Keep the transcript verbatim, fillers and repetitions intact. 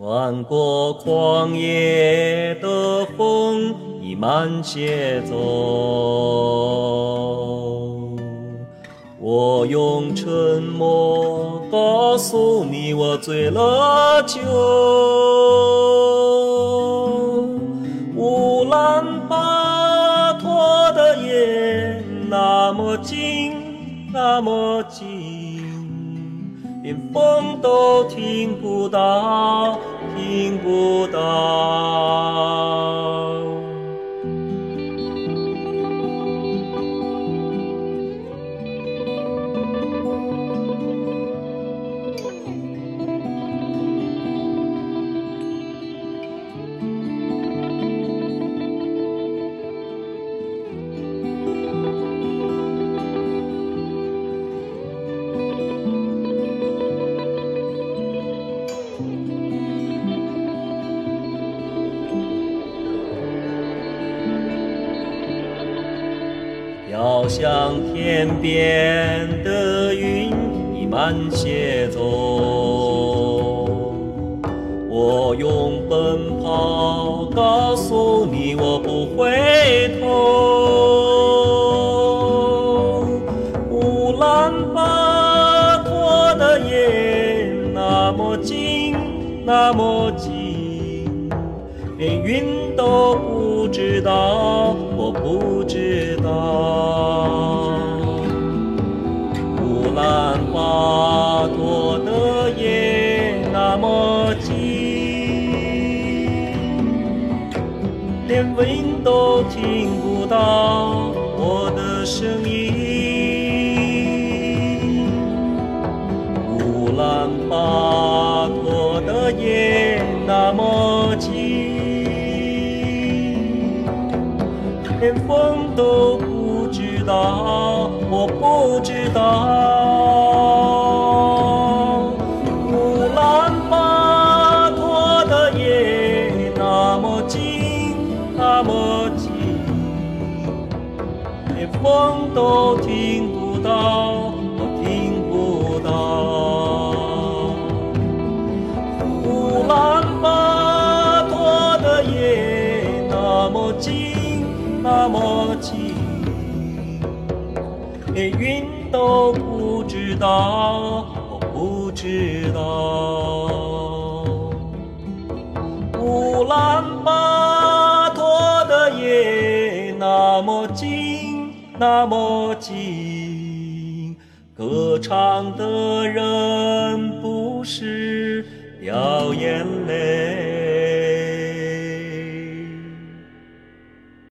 穿过旷野的风，已慢些走。我用沉默告诉你，我醉了酒。乌兰巴托的夜那么静，那么静，连风都听不到，听不到。飘向天边的云已慢些走，我用奔跑告诉你，我不回头。乌兰巴托的夜那么静，那么静，连云都不知道，我不知道。乌兰巴托的夜那么静，连云都听不到我的声音。乌兰巴托的夜那么静，连风都不知道，我不知道。乌兰巴托的夜那么静，那么静，连风都听不到，我听不到。乌兰巴托的夜那么静，那么静，连云都不知道，我不知道。乌兰巴托的夜那么静，那么静，歌唱的人不是掉眼泪。